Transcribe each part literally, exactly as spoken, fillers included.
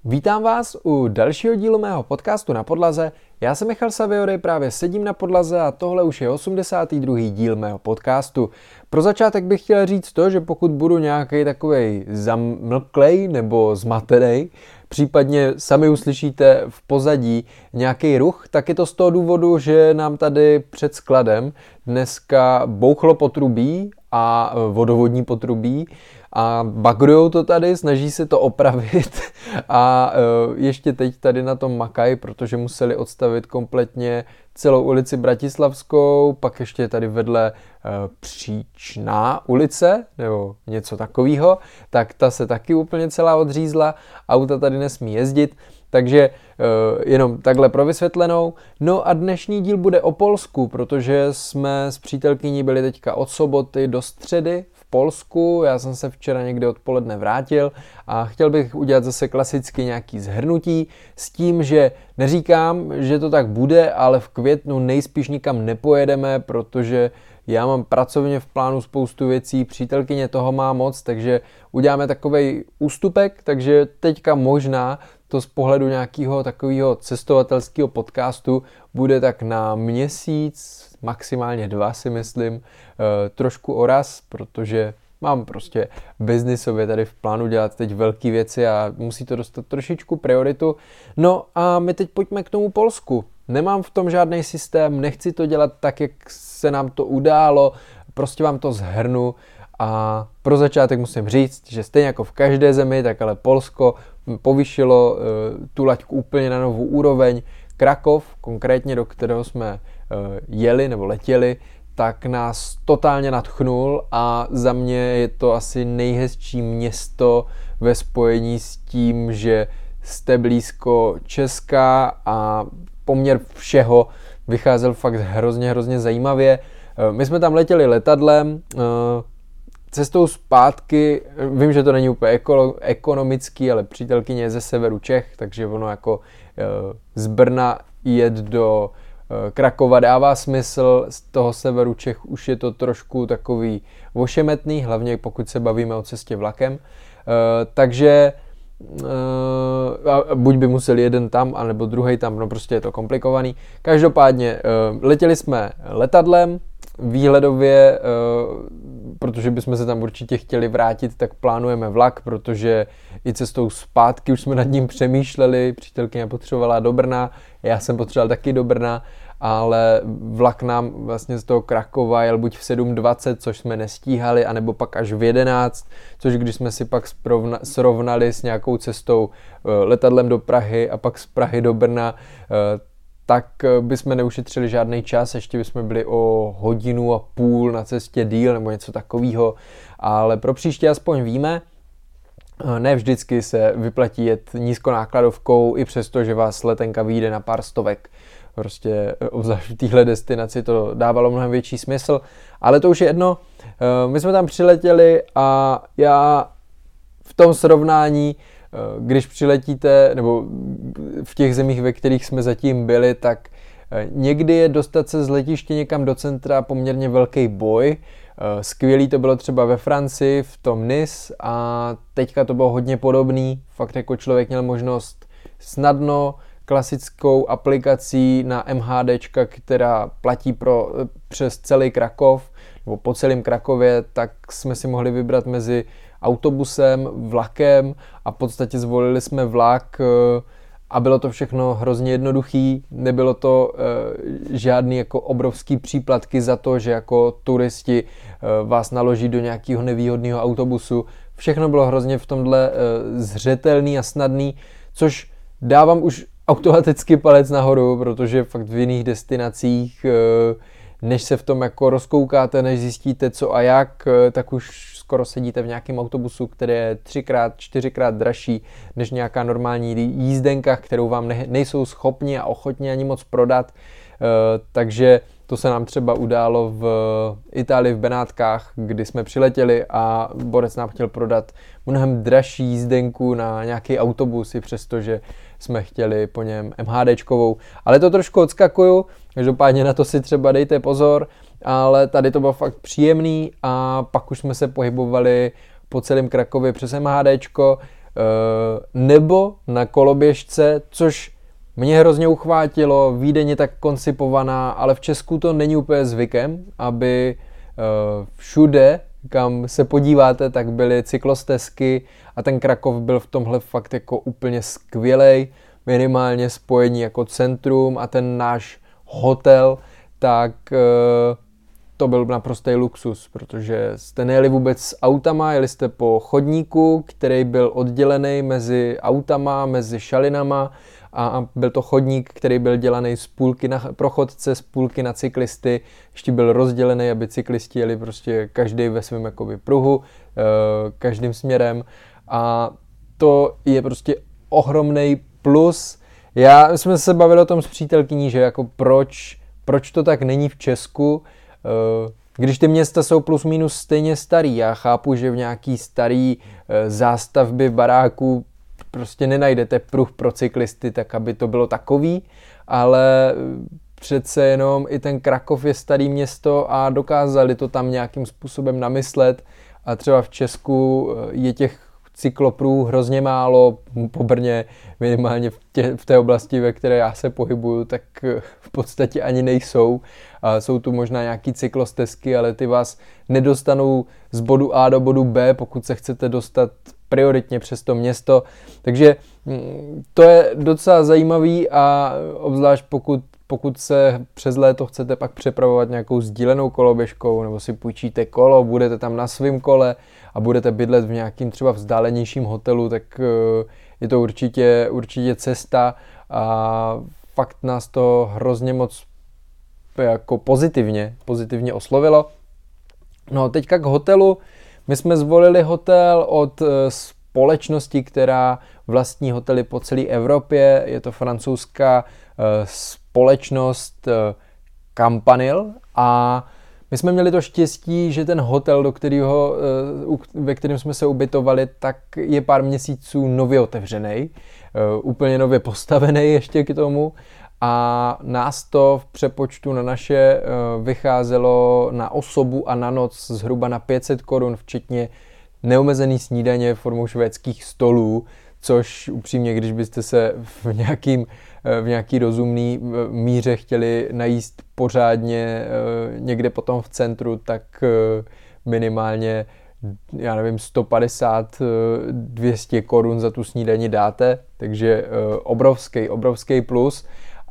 Vítám vás u dalšího dílu mého podcastu Na podlaze. Já jsem Michal Saviory, právě sedím na podlaze a tohle už je osmdesátý druhý díl mého podcastu. Pro začátek bych chtěl říct to, že pokud budu nějaký takovej zamlklej nebo zmatenej, případně sami uslyšíte v pozadí nějaký ruch, tak je to z toho důvodu, že nám tady před skladem dneska bouchlo potrubí a vodovodní potrubí a bagrujou to tady, snaží se to opravit a ještě teď tady na tom makají, protože museli odstavit kompletně celou ulici Bratislavskou, pak ještě tady vedle Příčná ulice nebo něco takového, tak ta se taky úplně celá odřízla, auta tady nesmí jezdit, takže jenom takhle pro vysvětlenou. No a dnešní díl bude o Polsku, protože jsme s přítelkyní byli teďka od soboty do středy v Polsku, já jsem se včera někdy odpoledne vrátil a chtěl bych udělat zase klasicky nějaký shrnutí s tím, že neříkám, že to tak bude, ale v květnu nejspíš nikam nepojedeme, protože já mám pracovně v plánu spoustu věcí, přítelkyně toho má moc, takže uděláme takovej ústupek, takže teďka možná to z pohledu nějakého takového cestovatelského podcastu bude tak na měsíc, maximálně dva si myslím, trošku oraz, protože mám prostě biznisově tady v plánu dělat teď velké věci a musí to dostat trošičku prioritu. No a my teď pojďme k tomu Polsku. Nemám v tom žádný systém, nechci to dělat tak, jak se nám to událo, prostě vám to shrnu a pro začátek musím říct, že stejně jako v každé zemi, tak ale Polsko povýšilo uh, tu laťku úplně na novou úroveň. Krakov, konkrétně do kterého jsme uh, jeli nebo letěli, tak nás totálně nadchnul a za mě je to asi nejhezčí město ve spojení s tím, že jste blízko Česka a poměr všeho vycházel fakt hrozně, hrozně zajímavě. My jsme tam letěli letadlem, cestou zpátky, vím, že to není úplně ekonomický, ale přítelkyně je ze severu Čech, takže ono jako z Brna jet do Krakova dává smysl, z toho severu Čech už je to trošku takový ošemetný, hlavně pokud se bavíme o cestě vlakem. Takže buď by musel jeden tam, anebo druhý tam, no prostě je to komplikovaný. Každopádně letěli jsme letadlem, výhledově, protože bychom se tam určitě chtěli vrátit, tak plánujeme vlak, protože i cestou zpátky už jsme nad ním přemýšleli, přítelkyně potřebovala do Brna, já jsem potřeboval taky do Brna, ale vlak nám vlastně z toho Krakova jel buď v sedm dvacet, což jsme nestíhali, anebo pak až v jedenáct, což když jsme si pak srovnali s nějakou cestou letadlem do Prahy a pak z Prahy do Brna, tak bychom neušetřili žádný čas, ještě bychom byli o hodinu a půl na cestě díl nebo něco takového, ale pro příště aspoň víme, ne vždycky se vyplatí jet nízkonákladovkou, i přesto, že vás letenka vyjde na pár stovek. Prostě obzvlášť v téhle destinaci to dávalo mnohem větší smysl, ale to už je jedno. My jsme tam přiletěli a já v tom srovnání, když přiletíte, nebo v těch zemích, ve kterých jsme zatím byli, tak někdy je dostat se z letiště někam do centra poměrně velký boj. Skvělý to bylo třeba ve Francii, v tom Nice a teďka to bylo hodně podobný. Fakt jako člověk měl možnost snadno klasickou aplikací na MHDčka, která platí pro, přes celý Krakov, nebo po celém Krakově, tak jsme si mohli vybrat mezi autobusem, vlakem a v podstatě zvolili jsme vlak a bylo to všechno hrozně jednoduchý, nebylo to e, žádný jako obrovský příplatky za to, že jako turisti e, vás naloží do nějakého nevýhodného autobusu. Všechno bylo hrozně v tomhle e, zřetelný a snadný, což dávám už automaticky palec nahoru, protože fakt v jiných destinacích, e, než se v tom jako rozkoukáte, než zjistíte co a jak, e, tak už skoro sedíte v nějakém autobusu, který je třikrát, čtyřikrát dražší než nějaká normální jízdenka, kterou vám ne, nejsou schopni a ochotni ani moc prodat. E, takže to se nám třeba událo v Itálii v Benátkách, kdy jsme přiletěli a borec nám chtěl prodat mnohem dražší jízdenku na nějaký autobus, i přestože jsme chtěli po něm MHDčkovou. Ale to trošku odskakuju, každopádně na to si třeba dejte pozor, ale tady to bylo fakt příjemný a pak už jsme se pohybovali po celém Krakově přes MHDčko. nebo na koloběžce, což mě hrozně uchvátilo. Vídeň je tak koncipovaná, ale v Česku to není úplně zvykem, aby všude, kam se podíváte, tak byly cyklostezky a ten Krakov byl v tomhle fakt jako úplně skvělej, minimálně spojení jako centrum a ten náš hotel, tak to byl naprostý luxus, protože jste nejeli vůbec s autama, jeli jste po chodníku, který byl oddělený mezi autama, mezi šalinama a byl to chodník, který byl dělaný z půlky na prochodce, z půlky na cyklisty, ještě byl rozdělený, aby cyklisti jeli prostě každý ve svém jakoby pruhu, každým směrem a to je prostě ohromný plus. Já jsme se bavili o tom s přítelkyní, že jako proč, proč to tak není v Česku, když ty města jsou plus minus stejně starý. Já chápu, že v nějaký starý zástavbě baráků prostě nenajdete pruh pro cyklisty, tak aby to bylo takový, ale přece jenom i ten Krakov je starý město a dokázali to tam nějakým způsobem namyslet a třeba v Česku je těch cyklopruhů hrozně málo, po Brně minimálně v, tě, v té oblasti, ve které já se pohybuju, tak v podstatě ani nejsou. A jsou tu možná nějaký cyklostezky, ale ty vás nedostanou z bodu A do bodu B, pokud se chcete dostat prioritně přes to město. Takže to je docela zajímavý a obzvlášť pokud, pokud se přes léto chcete pak přepravovat nějakou sdílenou koloběžkou nebo si půjčíte kolo, budete tam na svém kole a budete bydlet v nějakým třeba vzdálenějším hotelu, tak je to určitě, určitě cesta a fakt nás to hrozně moc jako pozitivně, pozitivně oslovilo. No teďka k hotelu. My jsme zvolili hotel od společnosti, která vlastní hotely po celé Evropě. Je to francouzská společnost Campanile a my jsme měli to štěstí, že ten hotel, do kterého, ve kterém jsme se ubytovali, tak je pár měsíců nově otevřený, úplně nově postavený ještě k tomu a nás to v přepočtu na naše vycházelo na osobu a na noc zhruba na pět set korun, včetně neomezený snídaně formou švédských stolů, což upřímně, když byste se v, nějakým, v nějaký rozumný míře chtěli najíst pořádně někde potom v centru, tak minimálně, já nevím, sto padesát dvě stě korun za tu snídani dáte, takže obrovský, obrovský plus.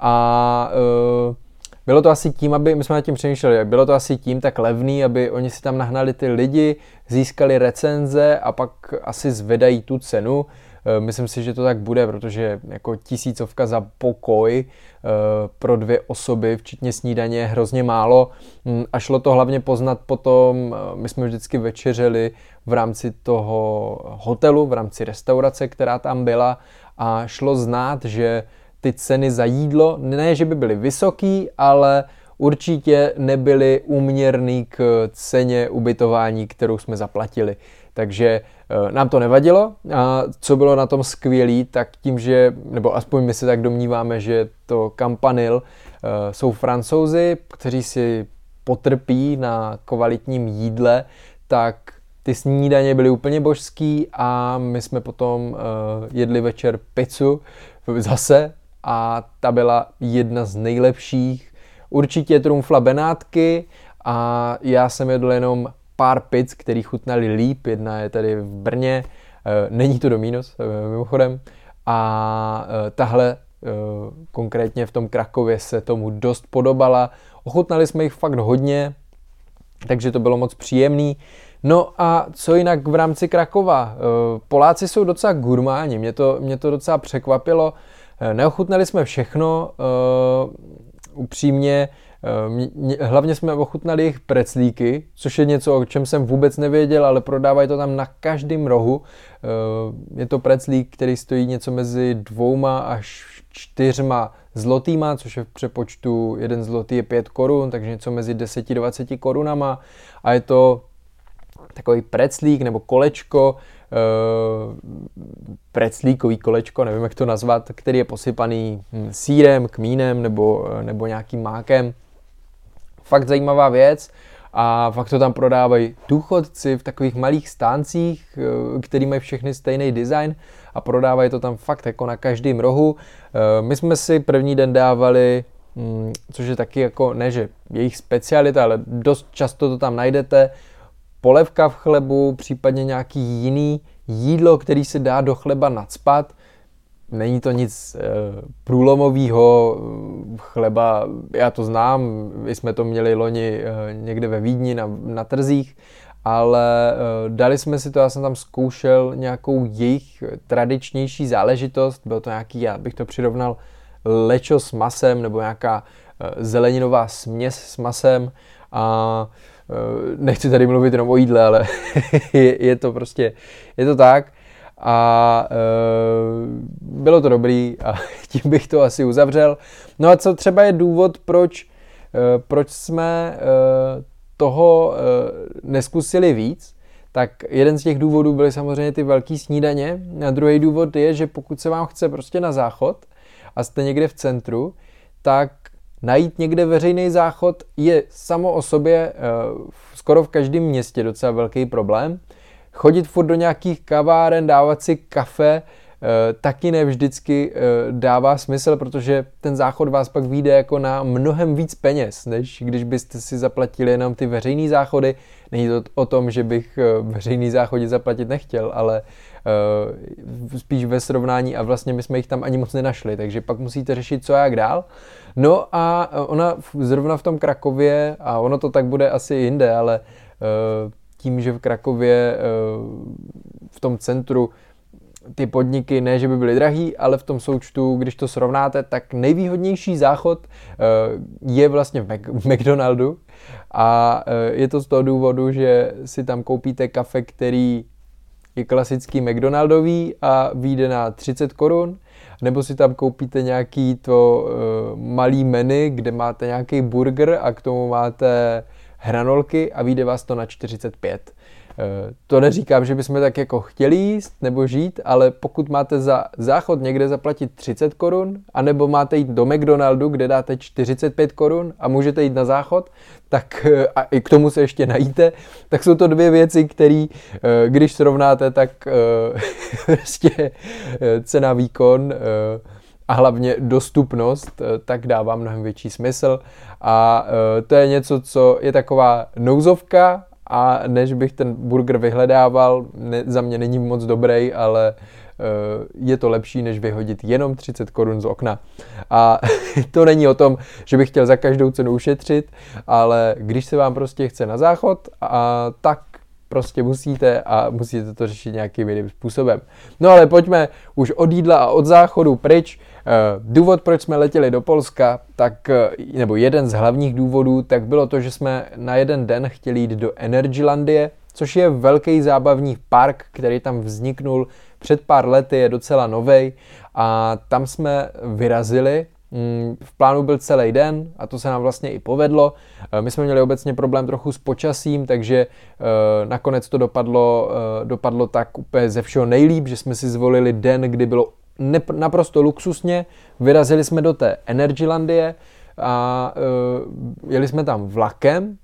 A bylo to asi tím, aby, my jsme nad tím přemýšleli, bylo to asi tím tak levný, aby oni si tam nahnali ty lidi, získali recenze a pak asi zvedají tu cenu. Myslím si, že to tak bude, protože jako tisícovka za pokoj pro dvě osoby, včetně snídaně, je hrozně málo. A šlo to hlavně poznat potom, my jsme vždycky večeřeli v rámci toho hotelu, v rámci restaurace, která tam byla a šlo znát, že ty ceny za jídlo, ne, že by byly vysoký, ale určitě nebyly úměrný k ceně ubytování, kterou jsme zaplatili. Takže nám to nevadilo. A co bylo na tom skvělý, tak tím, že, nebo aspoň my se tak domníváme, že to Campanile jsou Francouzi, kteří si potrpí na kvalitním jídle, tak ty snídaně byly úplně božský a my jsme potom jedli večer pizzu zase a ta byla jedna z nejlepších. Určitě trumfla Benátky a já jsem jedl jenom pár pizz, který chutnaly líp. Jedna je tady v Brně, není to Domino's mimochodem, a tahle konkrétně v tom Krakově se tomu dost podobala. Ochutnali jsme jich fakt hodně, takže to bylo moc příjemný. No a co jinak v rámci Krakova? Poláci jsou docela gurmáni, mě to, mě to docela překvapilo. Neochutnali jsme všechno, upřímně, hlavně jsme ochutnali jejich preclíky, což je něco, o čem jsem vůbec nevěděl, ale prodávají to tam na každém rohu. Je to preclík, který stojí něco mezi dvouma až čtyřma zlotýma, což je v přepočtu jeden zlotý je pět korun, takže něco mezi deset až dvacet korunama a je to takový preclík nebo kolečko, preclíkový kolečko, nevím jak to nazvat, který je posypaný sýrem, kmínem nebo, nebo nějakým mákem. Fakt zajímavá věc a fakt to tam prodávají důchodci v takových malých stáncích, který mají všechny stejný design a prodávají to tam fakt jako na každém rohu. My jsme si první den dávali, což je taky jako, ne že jejich specialita, ale dost často to tam najdete, polévka v chlebu, případně nějaký jiný jídlo, který se dá do chleba nacpat. Není to nic e, průlomového, chleba, já to znám, my jsme to měli loni e, někde ve Vídni na, na trzích, ale e, dali jsme si to, já jsem tam zkoušel nějakou jejich tradičnější záležitost, bylo to nějaký, já bych to přirovnal lečo s masem, nebo nějaká e, zeleninová směs s masem a e, nechci tady mluvit jenom o jídle, ale je, je to prostě, je to tak. A e, bylo to dobrý a tím bych to asi uzavřel. No a co třeba je důvod, proč, e, proč jsme e, toho e, neskusili víc, tak jeden z těch důvodů byly samozřejmě ty velký snídaně. A druhý důvod je, že pokud se vám chce prostě na záchod a jste někde v centru, tak najít někde veřejný záchod je samo o sobě e, skoro v každém městě docela velký problém. Chodit furt do nějakých kaváren, dávat si kafe, e, taky ne vždycky e, dává smysl, protože ten záchod vás pak vyjde jako na mnohem víc peněz, než když byste si zaplatili jenom ty veřejný záchody. Není to o tom, že bych e, veřejný záchody zaplatit nechtěl, ale e, spíš ve srovnání a vlastně my jsme jich tam ani moc nenašli, takže pak musíte řešit, co a jak dál. No a ona zrovna v tom Krakově, a ono to tak bude asi jinde, ale e, tím, že v Krakově v tom centru ty podniky ne, že by byly drahý, ale v tom součtu, když to srovnáte, tak nejvýhodnější záchod je vlastně v McDonaldu a je to z toho důvodu, že si tam koupíte kafe, který je klasický McDonaldový a vyjde na třicet korun, nebo si tam koupíte nějaký to malý menu, kde máte nějaký burger a k tomu máte hranolky a vyjde vás to na čtyřicet pět. To neříkám, že bychom tak jako chtěli jíst nebo žít, ale pokud máte za záchod někde zaplatit třicet korun, anebo máte jít do McDonaldu, kde dáte čtyřicet pět korun a můžete jít na záchod, tak a i k tomu se ještě najíte, tak jsou to dvě věci, které, když srovnáte, tak prostě cena výkon a hlavně dostupnost, tak dává mnohem větší smysl. A to je něco, co je taková nouzovka, a než bych ten burger vyhledával, ne, za mě není moc dobrý, ale uh, je to lepší, než vyhodit jenom třicet korun z okna. A to není o tom, že bych chtěl za každou cenu ušetřit, ale když se vám prostě chce na záchod, a tak prostě musíte a musíte to řešit nějakým jiným způsobem. No ale pojďme už od jídla a od záchodu pryč. Důvod, proč jsme letěli do Polska, tak, nebo jeden z hlavních důvodů, tak bylo to, že jsme na jeden den chtěli jít do Energylandie, což je velký zábavní park, který tam vzniknul před pár lety, je docela novej a tam jsme vyrazili. V plánu byl celý den a to se nám vlastně i povedlo. My jsme měli obecně problém trochu s počasím, takže nakonec to dopadlo, dopadlo tak úplně ze všeho nejlíp, že jsme si zvolili den, kdy bylo naprosto luxusně. Vyrazili jsme do té Energylandie a jeli jsme tam vlakem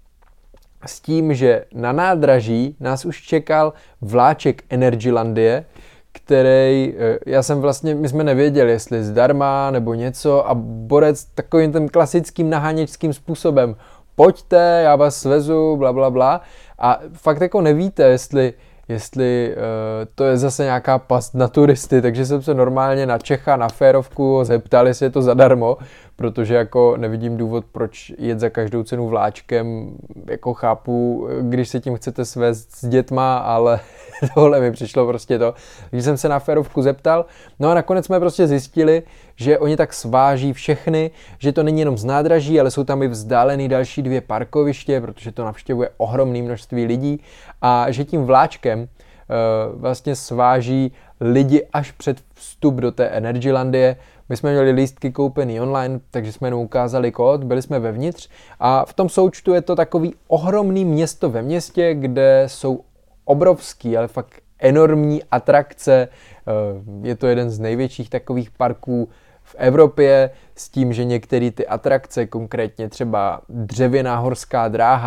s tím, že na nádraží nás už čekal vláček Energylandie, který, já jsem vlastně, my jsme nevěděli, jestli zdarma nebo něco a borec takovým tím klasickým naháněčským způsobem, pojďte, já vás svezu, bla, bla, bla a fakt jako nevíte, jestli, jestli uh, to je zase nějaká past na turisty, takže jsem se normálně na Čecha, na férovku zeptal, jestli je to zadarmo, protože jako nevidím důvod, proč jet za každou cenu vláčkem, jako chápu, když se tím chcete svést s dětma, ale tohle mi přišlo prostě to. Takže jsem se na férovku zeptal, no a nakonec jsme prostě zjistili, že oni tak sváží všechny, že to není jenom z nádraží, ale jsou tam i vzdálený další dvě parkoviště, protože to navštěvuje ohromné množství lidí a že tím vláčkem uh, vlastně sváží lidi až před vstup do té Energylandie. My jsme měli lístky koupený online, takže jsme jenom ukázali kód, byli jsme vevnitř a v tom součtu je to takový ohromný město ve městě, kde jsou obrovský, ale fakt enormní atrakce. Je to jeden z největších takových parků v Evropě s tím, že některé ty atrakce, konkrétně třeba dřevěná horská dráha,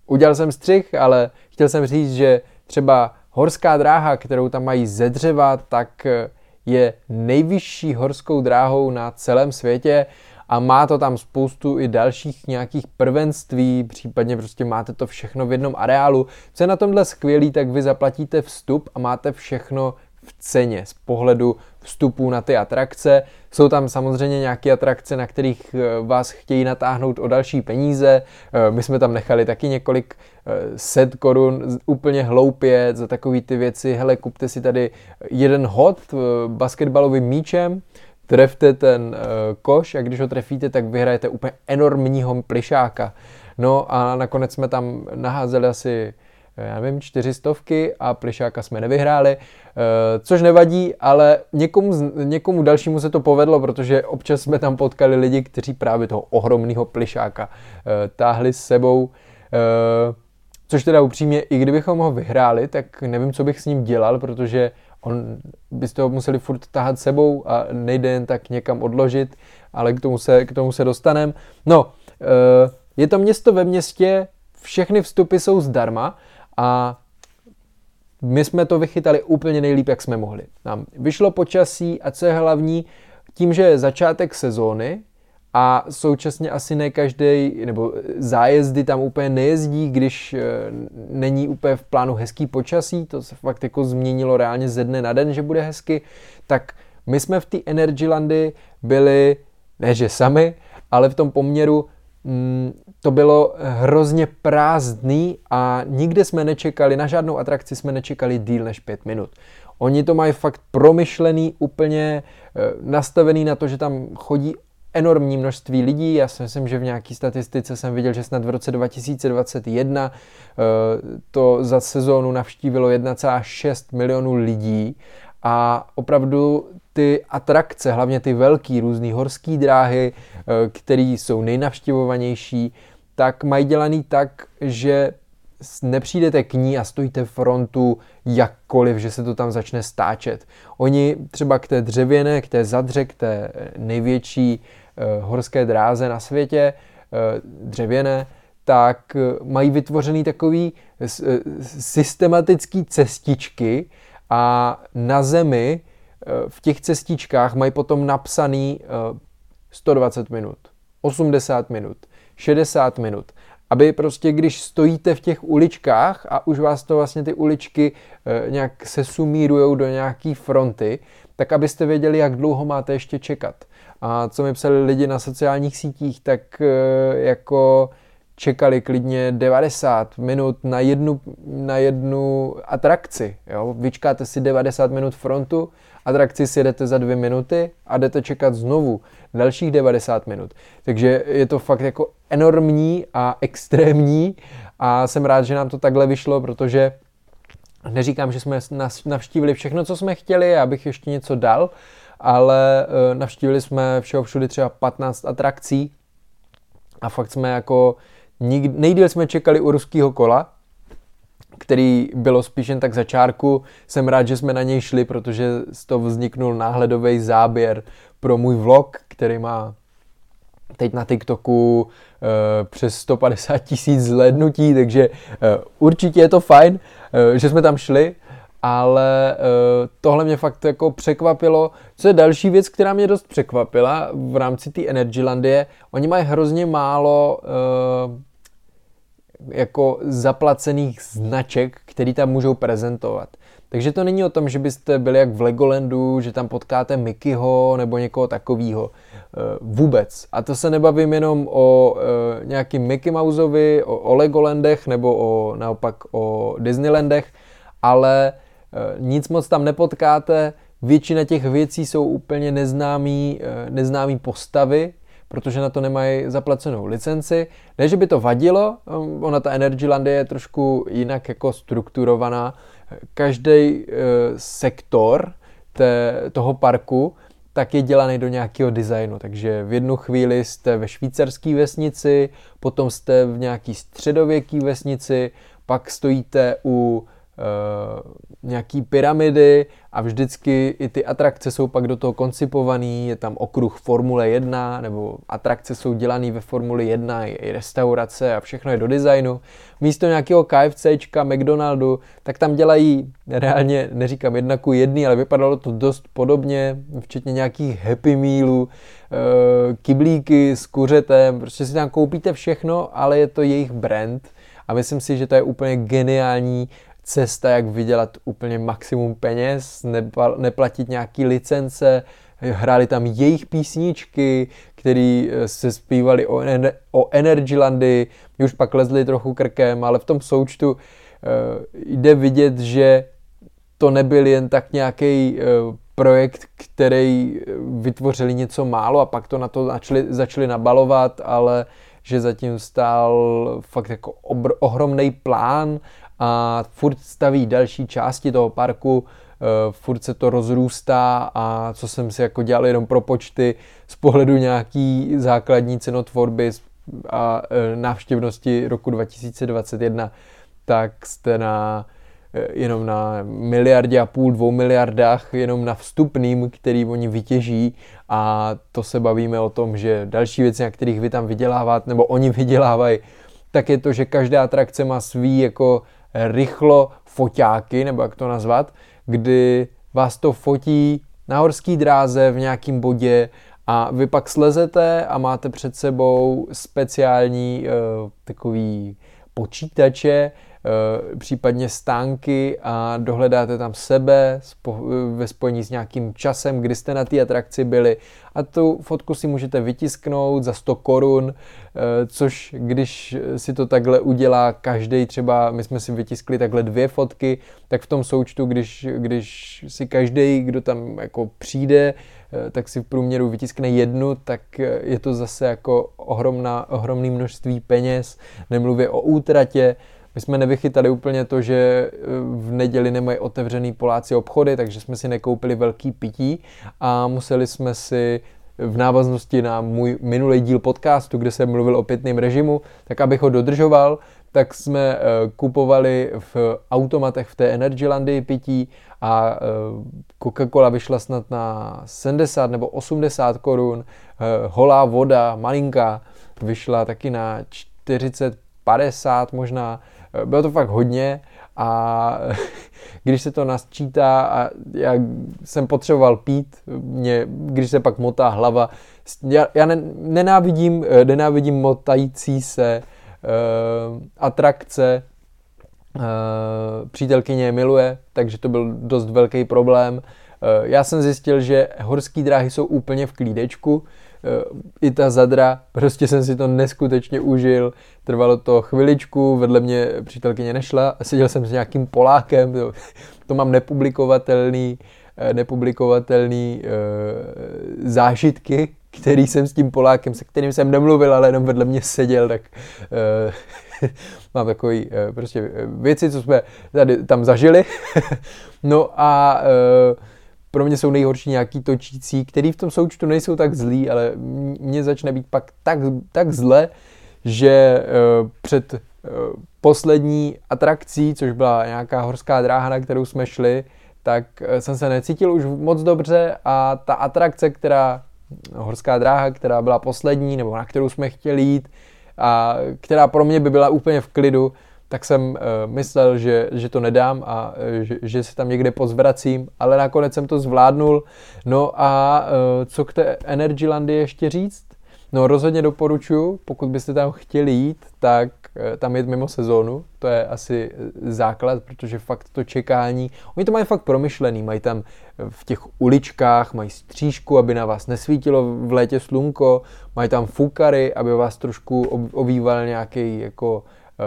udělal jsem střih, ale chtěl jsem říct, že třeba horská dráha, kterou tam mají ze dřeva, tak je nejvyšší horskou dráhou na celém světě a má to tam spoustu i dalších nějakých prvenství, případně prostě máte to všechno v jednom areálu. Co je na tomhle skvělý, tak vy zaplatíte vstup a máte všechno v ceně z pohledu vstupů na ty atrakce. Jsou tam samozřejmě nějaké atrakce, na kterých vás chtějí natáhnout o další peníze. My jsme tam nechali taky několik set korun úplně hloupě za takový ty věci. Hele, kupte si tady jeden hod basketbalovým míčem, trefte ten koš a když ho trefíte, tak vyhrajete úplně enormního plišáka. No a nakonec jsme tam naházeli asi já nevím, čtyřistovky a plišáka jsme nevyhráli, což nevadí, ale někomu, někomu dalšímu se to povedlo, protože občas jsme tam potkali lidi, kteří právě toho ohromného plišáka táhli s sebou, což teda upřímně, i kdybychom ho vyhráli, tak nevím, co bych s ním dělal, protože on byste ho museli furt tahat sebou a nejde jen tak někam odložit, ale k tomu se, k tomu se dostaneme. No, je to město ve městě, všechny vstupy jsou zdarma, a my jsme to vychytali úplně nejlíp, jak jsme mohli. Nám vyšlo počasí a co je hlavní, tím, že je začátek sezóny a současně asi ne každý, nebo zájezdy tam úplně nejezdí, když není úplně v plánu hezký počasí, to se fakt jako změnilo reálně ze dne na den, že bude hezky, tak my jsme v té Energylandii byli, ne že sami, ale v tom poměru to bylo hrozně prázdný a nikde jsme nečekali, na žádnou atrakci jsme nečekali díl než pět minut. Oni to mají fakt promyšlený, úplně nastavený na to, že tam chodí enormní množství lidí. Já si myslím, že v nějaký statistice jsem viděl, že snad v roce dva tisíce dvacet jedna to za sezónu navštívilo jedna celá šest milionů lidí a opravdu ty atrakce, hlavně ty velký různý horský dráhy, které jsou nejnavštěvovanější, tak mají dělaný tak, že nepřijdete k ní a stojíte frontu jakkoliv, že se to tam začne stáčet. Oni třeba k té dřevěné, k té zadře, k té největší uh, horské dráze na světě, uh, dřevěné, tak uh, mají vytvořený takový uh, systematický cestičky a na zemi uh, v těch cestičkách mají potom napsaný uh, sto dvacet minut, osmdesát minut, šedesát minut, aby prostě když stojíte v těch uličkách a už vás to vlastně ty uličky e, nějak se sumírujou do nějaký fronty, tak abyste věděli, jak dlouho máte ještě čekat. A co mi psali lidi na sociálních sítích, tak e, jako čekali klidně devadesát minut na jednu, na jednu atrakci. Jo? Vyčkáte si devadesát minut frontu, atrakci si jedete za dvě minuty a jdete čekat znovu dalších devadesát minut. Takže je to fakt jako enormní a extrémní a jsem rád, že nám to takhle vyšlo, protože neříkám, že jsme navštívili všechno, co jsme chtěli, já bych ještě něco dal, ale navštívili jsme všeho všudy třeba patnáct atrakcí a fakt jsme jako nejdýl jsme čekali u ruského kola, který bylo spíš jen tak za čárku. Jsem rád, že jsme na něj šli, protože z toho vzniknul náhledový záběr pro můj vlog, který má teď na TikToku e, přes sto padesát tisíc zhlédnutí, takže e, určitě je to fajn, e, že jsme tam šli, ale e, tohle mě fakt jako překvapilo. Co je další věc, která mě dost překvapila v rámci té Energylandie, oni mají hrozně málo e, jako zaplacených značek, který tam můžou prezentovat. Takže to není o tom, že byste byli jak v Legolandu, že tam potkáte Mickeyho nebo někoho takového. Vůbec. A to se nebavím jenom o nějakým Mickey Mouseovi, o, o Legolandech nebo o, naopak o Disneylandech, ale nic moc tam nepotkáte. Většina těch věcí jsou úplně neznámý, neznámý postavy, protože na to nemají zaplacenou licenci. Ne, že by to vadilo, ona ta Energylandie je trošku jinak jako strukturovaná. Každý e, sektor té, toho parku tak je dělaný do nějakého designu. Takže v jednu chvíli jste ve švýcarské vesnici, potom jste v nějaký středověké vesnici, pak stojíte u nějaký pyramidy a vždycky i ty atrakce jsou pak do toho koncipovaný, je tam okruh Formule jedna, nebo atrakce jsou dělané ve Formuli jedna, je i restaurace a všechno je do designu. Místo nějakého KFCčka, McDonaldu, tak tam dělají reálně, neříkám jedna ku jedný, ale vypadalo to dost podobně, včetně nějakých Happy Mealů, kyblíky s kuřetem, prostě si tam koupíte všechno, ale je to jejich brand a myslím si, že to je úplně geniální cesta, jak vydělat úplně maximum peněz, neplatit nějaký licence, hráli tam jejich písničky, které se zpívaly o, ener- o Energylandy, už pak lezli trochu krkem, ale v tom součtu uh, jde vidět, že to nebyl jen tak nějaký uh, projekt, který vytvořili něco málo a pak to na to začali, začali nabalovat, ale že zatím stál fakt jako obr- ohromný plán a furt staví další části toho parku, furt se to rozrůstá a co jsem si jako dělal jenom pro počty z pohledu nějaký základní cenotvorby a návštěvnosti roku dva tisíce dvacet jedna, tak jste na jenom na miliardě a půl, dvou miliardách, jenom na vstupným, který oni vytěží a to se bavíme o tom, že další věci, na kterých vy tam vyděláváte, nebo oni vydělávají, tak je to, že každá atrakce má svý jako rychlo foťáky, nebo jak to nazvat, kdy vás to fotí na horský dráze v nějakém bodě a vy pak slezete a máte před sebou speciální uh, takový počítače, případně stánky a dohledáte tam sebe ve spojení s nějakým časem, kdy jste na té atrakci byli a tu fotku si můžete vytisknout za sto korun, což když si to takhle udělá každý, třeba my jsme si vytiskli takhle dvě fotky, tak v tom součtu, když, když si každý, kdo tam jako přijde, tak si v průměru vytiskne jednu, tak je to zase jako ohromná, ohromné množství peněz, nemluvě o útratě. My jsme nevychytali úplně to, že v neděli nemají otevřený Poláci obchody, takže jsme si nekoupili velký pití a museli jsme si v návaznosti na můj minulý díl podcastu, kde jsem mluvil o pitném režimu, tak abych ho dodržoval, tak jsme kupovali v automatech v té Energylandii pití a Coca-Cola vyšla snad na sedmdesát nebo osmdesát korun, holá voda, malinká, vyšla taky na čtyřicet, padesát možná, bylo to fakt hodně a když se to nasčítá a já jsem potřeboval pít, mě, když se pak motá hlava, já, já nenávidím, nenávidím motající se uh, atrakce, uh, přítelkyně je miluje, takže to byl dost velký problém. Uh, já jsem zjistil, že horské dráhy jsou úplně v klídečku, i ta zadra, prostě jsem si to neskutečně užil, trvalo to chviličku, vedle mě přítelkyně nešla, seděl jsem s nějakým Polákem, to, to mám nepublikovatelný, nepublikovatelný e, zážitky, který jsem s tím Polákem, se kterým jsem nemluvil, ale jenom vedle mě seděl, tak e, mám takový e, prostě věci, co jsme tady tam zažili. No a e, pro mě jsou nejhorší nějaký točící, který v tom součtu nejsou tak zlý, ale mně začne být pak tak, tak zle, že uh, před uh, poslední atrakcí, což byla nějaká horská dráha, na kterou jsme šli, tak uh, jsem se necítil už moc dobře a ta atrakce, která, horská dráha, která byla poslední, nebo na kterou jsme chtěli jít a která pro mě by byla úplně v klidu, tak jsem uh, myslel, že, že to nedám a uh, že, že se tam někde pozvracím, ale nakonec jsem to zvládnul. No a uh, co k té Energylandii ještě říct? No rozhodně doporučuji, pokud byste tam chtěli jít, tak uh, tam jít mimo sezónu, to je asi základ, protože fakt to čekání, oni to mají fakt promyšlený, mají tam v těch uličkách, mají střížku, aby na vás nesvítilo v létě slunko, mají tam fukary, aby vás trošku ovýval nějaký jako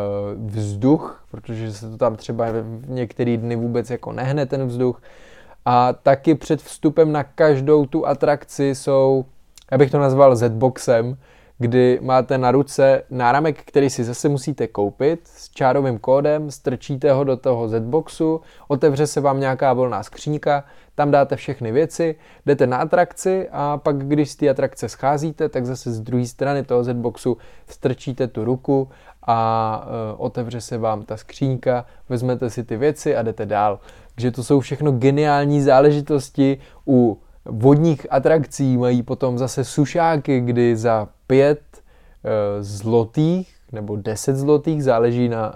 vzduch, protože se to tam třeba v některé dny vůbec jako nehne ten vzduch. A taky před vstupem na každou tu atrakci jsou, já bych to nazval Z-boxem, kdy máte na ruce náramek, který si zase musíte koupit s čárovým kódem, strčíte ho do toho Z-boxu, otevře se vám nějaká volná skříňka, tam dáte všechny věci, jdete na atrakci a pak, když z té atrakce scházíte, tak zase z druhé strany toho Z-boxu strčíte tu ruku a e, otevře se vám ta skřínka, vezmete si ty věci a jdete dál. Takže to jsou všechno geniální záležitosti. U vodních atrakcí mají potom zase sušáky, kdy za pět e, zlotých nebo deset zlotých, záleží na e,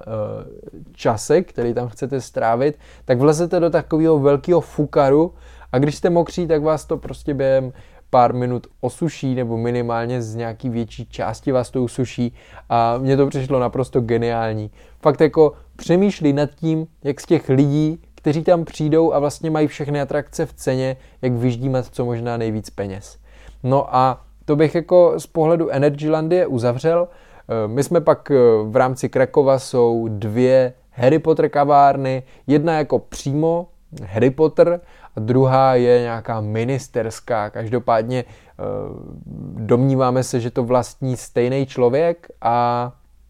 čase, který tam chcete strávit, tak vlezete do takového velkého fukaru a když jste mokří, tak vás to prostě během pár minut osuší, nebo minimálně z nějaký větší části vás to usuší a mně to přišlo naprosto geniální. Fakt jako přemýšlí nad tím, jak z těch lidí, kteří tam přijdou a vlastně mají všechny atrakce v ceně, jak vyždímat co možná nejvíc peněz. No a to bych jako z pohledu Energylandie uzavřel. My jsme pak v rámci Krakova jsou dvě Harry Potter kavárny, jedna jako přímo Harry Potter a druhá je nějaká ministerská. Každopádně domníváme se, že to vlastní stejný člověk a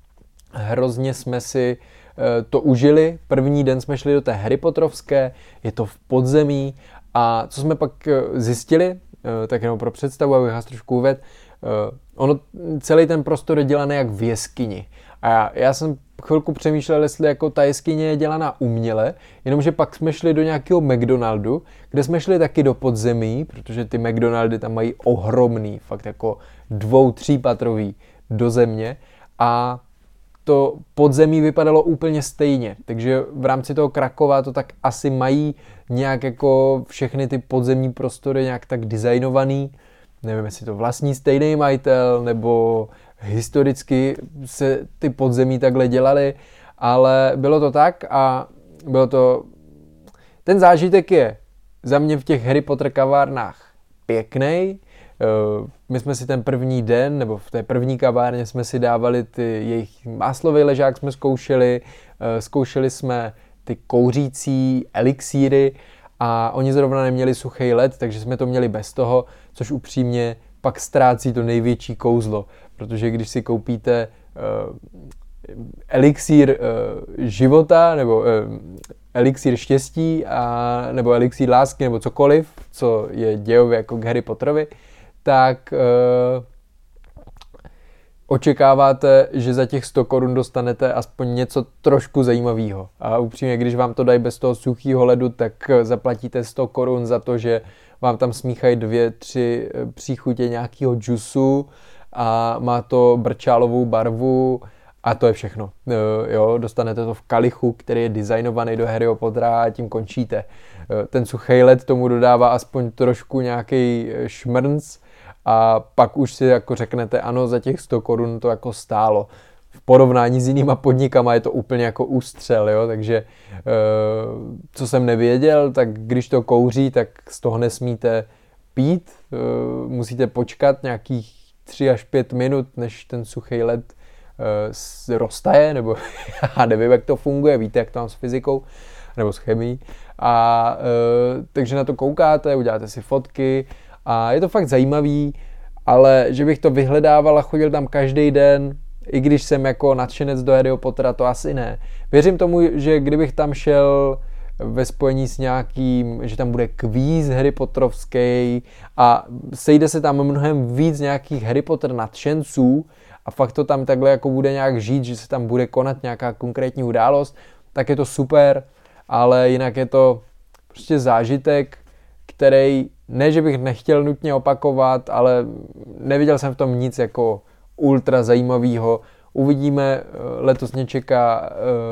hrozně jsme si to užili. První den jsme šli do té Harry Potterovské, je to v podzemí a co jsme pak zjistili, tak jenom pro představu, abych vás trošku uvedl, ono, celý ten prostor je dělaný jak v jeskyni. A já, já jsem chvilku přemýšlel, jestli jako ta jeskyně je dělaná uměle, jenomže pak jsme šli do nějakého McDonaldu, kde jsme šli taky do podzemí, protože ty McDonaldy tam mají ohromný, fakt jako dvou, třípatrový do země a to podzemí vypadalo úplně stejně, takže v rámci toho Krakova to tak asi mají nějak jako všechny ty podzemní prostory nějak tak designovaný. Nevím, jestli to vlastní stejný majitel, nebo historicky se ty podzemí takhle dělaly, ale bylo to tak a bylo to... Ten zážitek je za mě v těch Harry Potter kavárnách pěknej. My jsme si ten první den, nebo v té první kavárně jsme si dávali ty jejich máslový ležák, jsme zkoušeli, zkoušeli jsme ty kouřící elixíry a oni zrovna neměli suchý led, takže jsme to měli bez toho, což upřímně pak ztrácí to největší kouzlo, protože když si koupíte uh, elixír uh, života nebo uh, elixír štěstí a, nebo elixír lásky nebo cokoliv, co je dějově jako k Harry Potterovi, tak uh, očekáváte, že za těch sto korun dostanete aspoň něco trošku zajímavého. A upřímně, když vám to dají bez toho suchého ledu, tak zaplatíte sto korun za to, že vám tam smíchají dvě, tři příchutě nějakého džusu a má to brčálovou barvu a to je všechno. Jo, dostanete to v kalichu, který je designovaný do Harryho Pottera a tím končíte. Ten suchý led tomu dodává aspoň trošku nějaký šmrnc a pak už si jako řeknete, ano, za těch sto korun to jako stálo. V porovnání s jinýma podnikama je to úplně jako ústřel, jo, takže co jsem nevěděl, tak když to kouří, tak z toho nesmíte pít, musíte počkat nějakých tři až pět minut, než ten suchý led roztaje, nebo já nevím, jak to funguje, víte, jak to mám s fyzikou, nebo s chemií, a takže na to koukáte, uděláte si fotky, a je to fakt zajímavý, ale že bych to vyhledával a chodil tam každý den, i když jsem jako nadšenec do Harryho Pottera, to asi ne. Věřím tomu, že kdybych tam šel ve spojení s nějakým, že tam bude kvíz Harry Potterovský a sejde se tam mnohem víc nějakých Harry Potter nadšenců a fakt to tam takhle jako bude nějak žít, že se tam bude konat nějaká konkrétní událost, tak je to super, ale jinak je to prostě zážitek, který ne, že bych nechtěl nutně opakovat, ale neviděl jsem v tom nic jako ultra zajímavého. Uvidíme, letos mě čeká,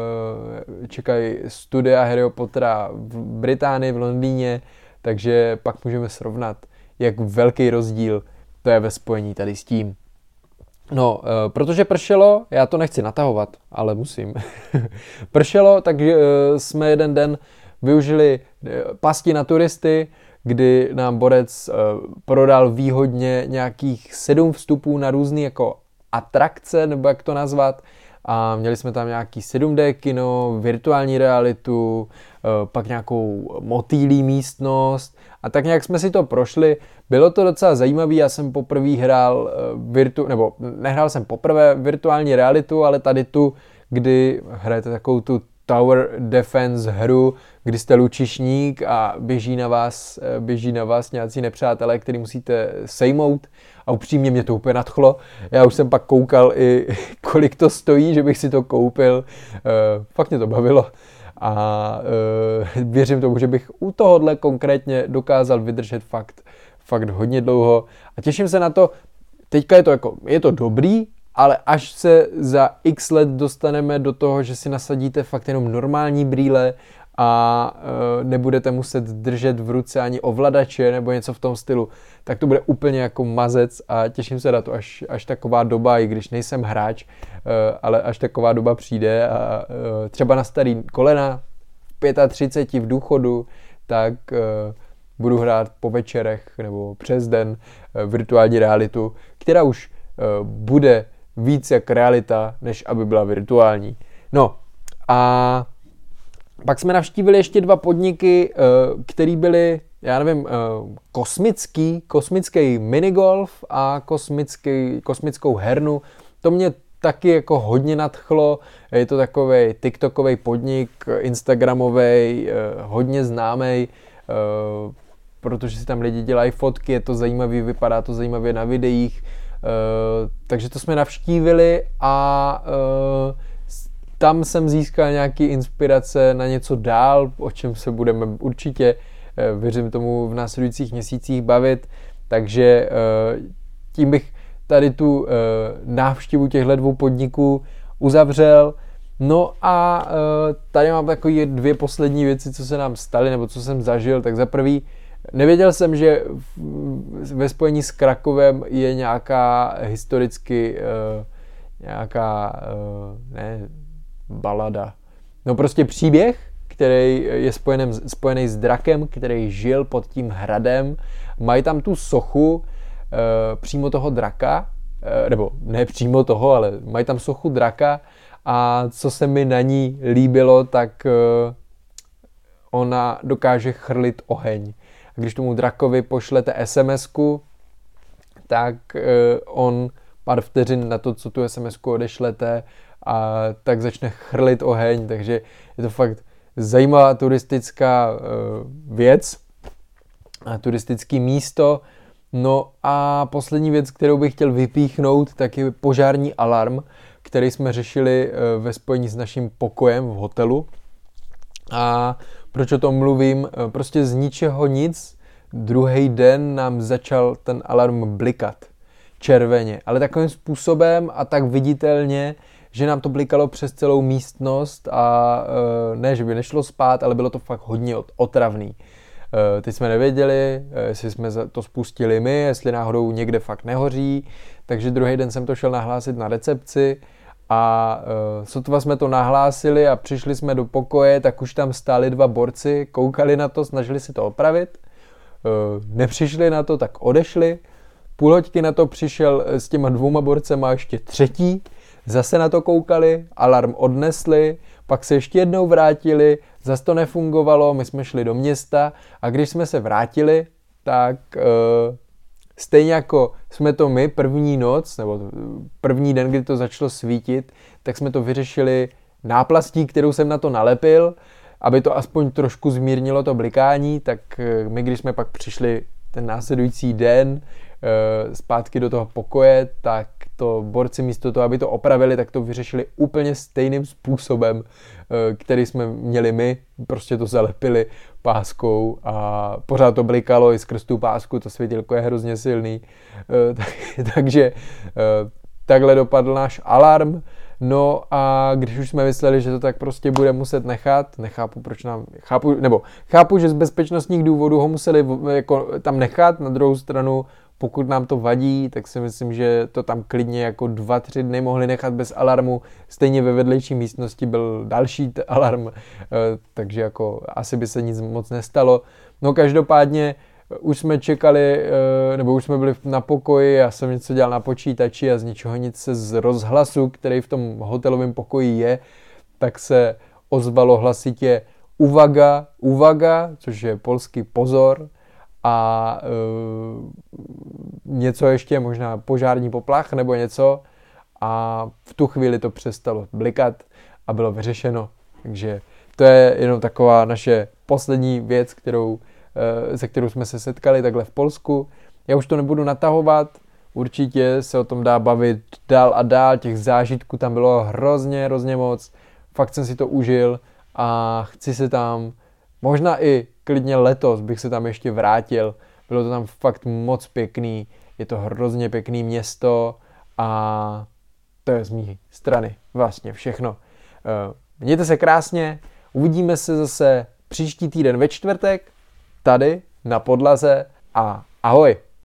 čekají studia Harryho Pottera v Británii, v Londýně, takže pak můžeme srovnat, jak velký rozdíl to je ve spojení tady s tím. No, protože pršelo, já to nechci natahovat, ale musím. Pršelo, takže jsme jeden den využili pasti na turisty, kdy nám borec prodal výhodně nějakých sedm vstupů na různý jako atrakce, nebo jak to nazvat. A měli jsme tam nějaký sedm dé kino, virtuální realitu, pak nějakou motýlí místnost a tak nějak jsme si to prošli. Bylo to docela zajímavé, já jsem poprvé hrál virtu, nebo nehrál jsem poprvé virtuální realitu, ale tady tu, kdy hrajete takovou tu tower defense hru, kdy jste lučišník a běží na vás, běží na vás nějací nepřátelé, který musíte sejmout a upřímně mě to úplně nadchlo. Já už jsem pak koukal i kolik to stojí, že bych si to koupil. Uh, fakt mě to bavilo a uh, věřím tomu, že bych u tohohle konkrétně dokázal vydržet fakt, fakt hodně dlouho a těším se na to. Teďka je to jako, je to dobrý, ale až se za x let dostaneme do toho, že si nasadíte fakt jenom normální brýle a e, nebudete muset držet v ruce ani ovladače nebo něco v tom stylu, tak to bude úplně jako mazec a těším se na to, až, až taková doba, i když nejsem hráč, e, ale až taková doba přijde a e, třeba na starý kolena v třiceti pěti v důchodu, tak e, budu hrát po večerech nebo přes den e, virtuální realitu, která už e, bude víc jak realita, než aby byla virtuální. No a pak jsme navštívili ještě dva podniky, které byly, já nevím, kosmický, kosmický minigolf a kosmický, kosmickou hernu. To mě taky jako hodně nadchlo. Je to takovej TikTokový podnik, instagramový, hodně známý, protože si tam lidi dělají fotky, je to zajímavý, vypadá to zajímavě na videích. Uh, takže to jsme navštívili a uh, tam jsem získal nějaký inspirace na něco dál, o čem se budeme určitě, uh, věřím tomu, v následujících měsících bavit, takže uh, tím bych tady tu uh, návštěvu těchto dvou podniků uzavřel. No a uh, tady mám takové dvě poslední věci, co se nám staly, nebo co jsem zažil. Tak za prvý, nevěděl jsem, že ve spojení s Krakovem je nějaká historicky uh, nějaká uh, ne, balada. No prostě příběh, který je spojený, spojený s drakem, který žil pod tím hradem. Mají tam tu sochu uh, přímo toho draka, uh, nebo ne přímo toho, ale mají tam sochu draka a co se mi na ní líbilo, tak uh, ona dokáže chrlit oheň. A když tomu drakovi pošlete SMSku, tak uh, on pár vteřin na to, co tu SMSku odešlete, a tak začne chrlit oheň, takže je to fakt zajímavá turistická uh, věc a turistické místo. No a poslední věc, kterou bych chtěl vypíchnout, tak je požární alarm, který jsme řešili uh, ve spojení s naším pokojem v hotelu. A proč o tom mluvím? Prostě z ničeho nic. Druhý den nám začal ten alarm blikat červeně, ale takovým způsobem a tak viditelně, že nám to blikalo přes celou místnost a ne, že by nešlo spát, ale bylo to fakt hodně otravný. Teď jsme nevěděli, jestli jsme to spustili my, jestli náhodou někde fakt nehoří, takže druhý den jsem to šel nahlásit na recepci a sotva jsme to nahlásili a přišli jsme do pokoje, tak už tam stáli dva borci, koukali na to, snažili si to opravit, nepřišli na to, tak odešli. Půl hoďky na to přišel s těma dvouma borcema ještě třetí, zase na to koukali, alarm odnesli, pak se ještě jednou vrátili, zase to nefungovalo, my jsme šli do města a když jsme se vrátili, tak uh, stejně jako jsme to my první noc, nebo první den, kdy to začalo svítit, tak jsme to vyřešili náplastí, kterou jsem na to nalepil, aby to aspoň trošku zmírnilo to blikání, tak uh, my, když jsme pak přišli ten následující den zpátky do toho pokoje, tak to borci místo toho, aby to opravili, tak to vyřešili úplně stejným způsobem, který jsme měli my, prostě to zalepili páskou a pořád to blikalo i skrz tu pásku, to světilko je hrozně silný, takže takhle dopadl náš alarm. No a když už jsme mysleli, že to tak prostě bude muset nechat, nechápu, proč nám, chápu, nebo chápu, že z bezpečnostních důvodů ho museli jako tam nechat, na druhou stranu, pokud nám to vadí, tak si myslím, že to tam klidně jako dva, tři dny mohli nechat bez alarmu, stejně ve vedlejší místnosti byl další t- alarm, takže jako asi by se nic moc nestalo. No každopádně už jsme čekali, nebo už jsme byli na pokoji, já jsem něco dělal na počítači a z ničeho nic se z rozhlasu, který v tom hotelovém pokoji je, tak se ozvalo hlasitě uwaga, uwaga, což je polský pozor a uh, něco ještě, možná požární poplach nebo něco a v tu chvíli to přestalo blikat a bylo vyřešeno. Takže to je jenom taková naše poslední věc, kterou, se kterou jsme se setkali takhle v Polsku. Já už to nebudu natahovat, určitě se o tom dá bavit dál a dál, těch zážitků tam bylo hrozně, hrozně moc. Fakt jsem si to užil a chci se tam, možná i klidně letos bych se tam ještě vrátil. Bylo to tam fakt moc pěkný, je to hrozně pěkný město a to je z mé strany vlastně všechno. Mějte se krásně, uvidíme se zase příští týden ve čtvrtek, tady na Podlaze a ahoj!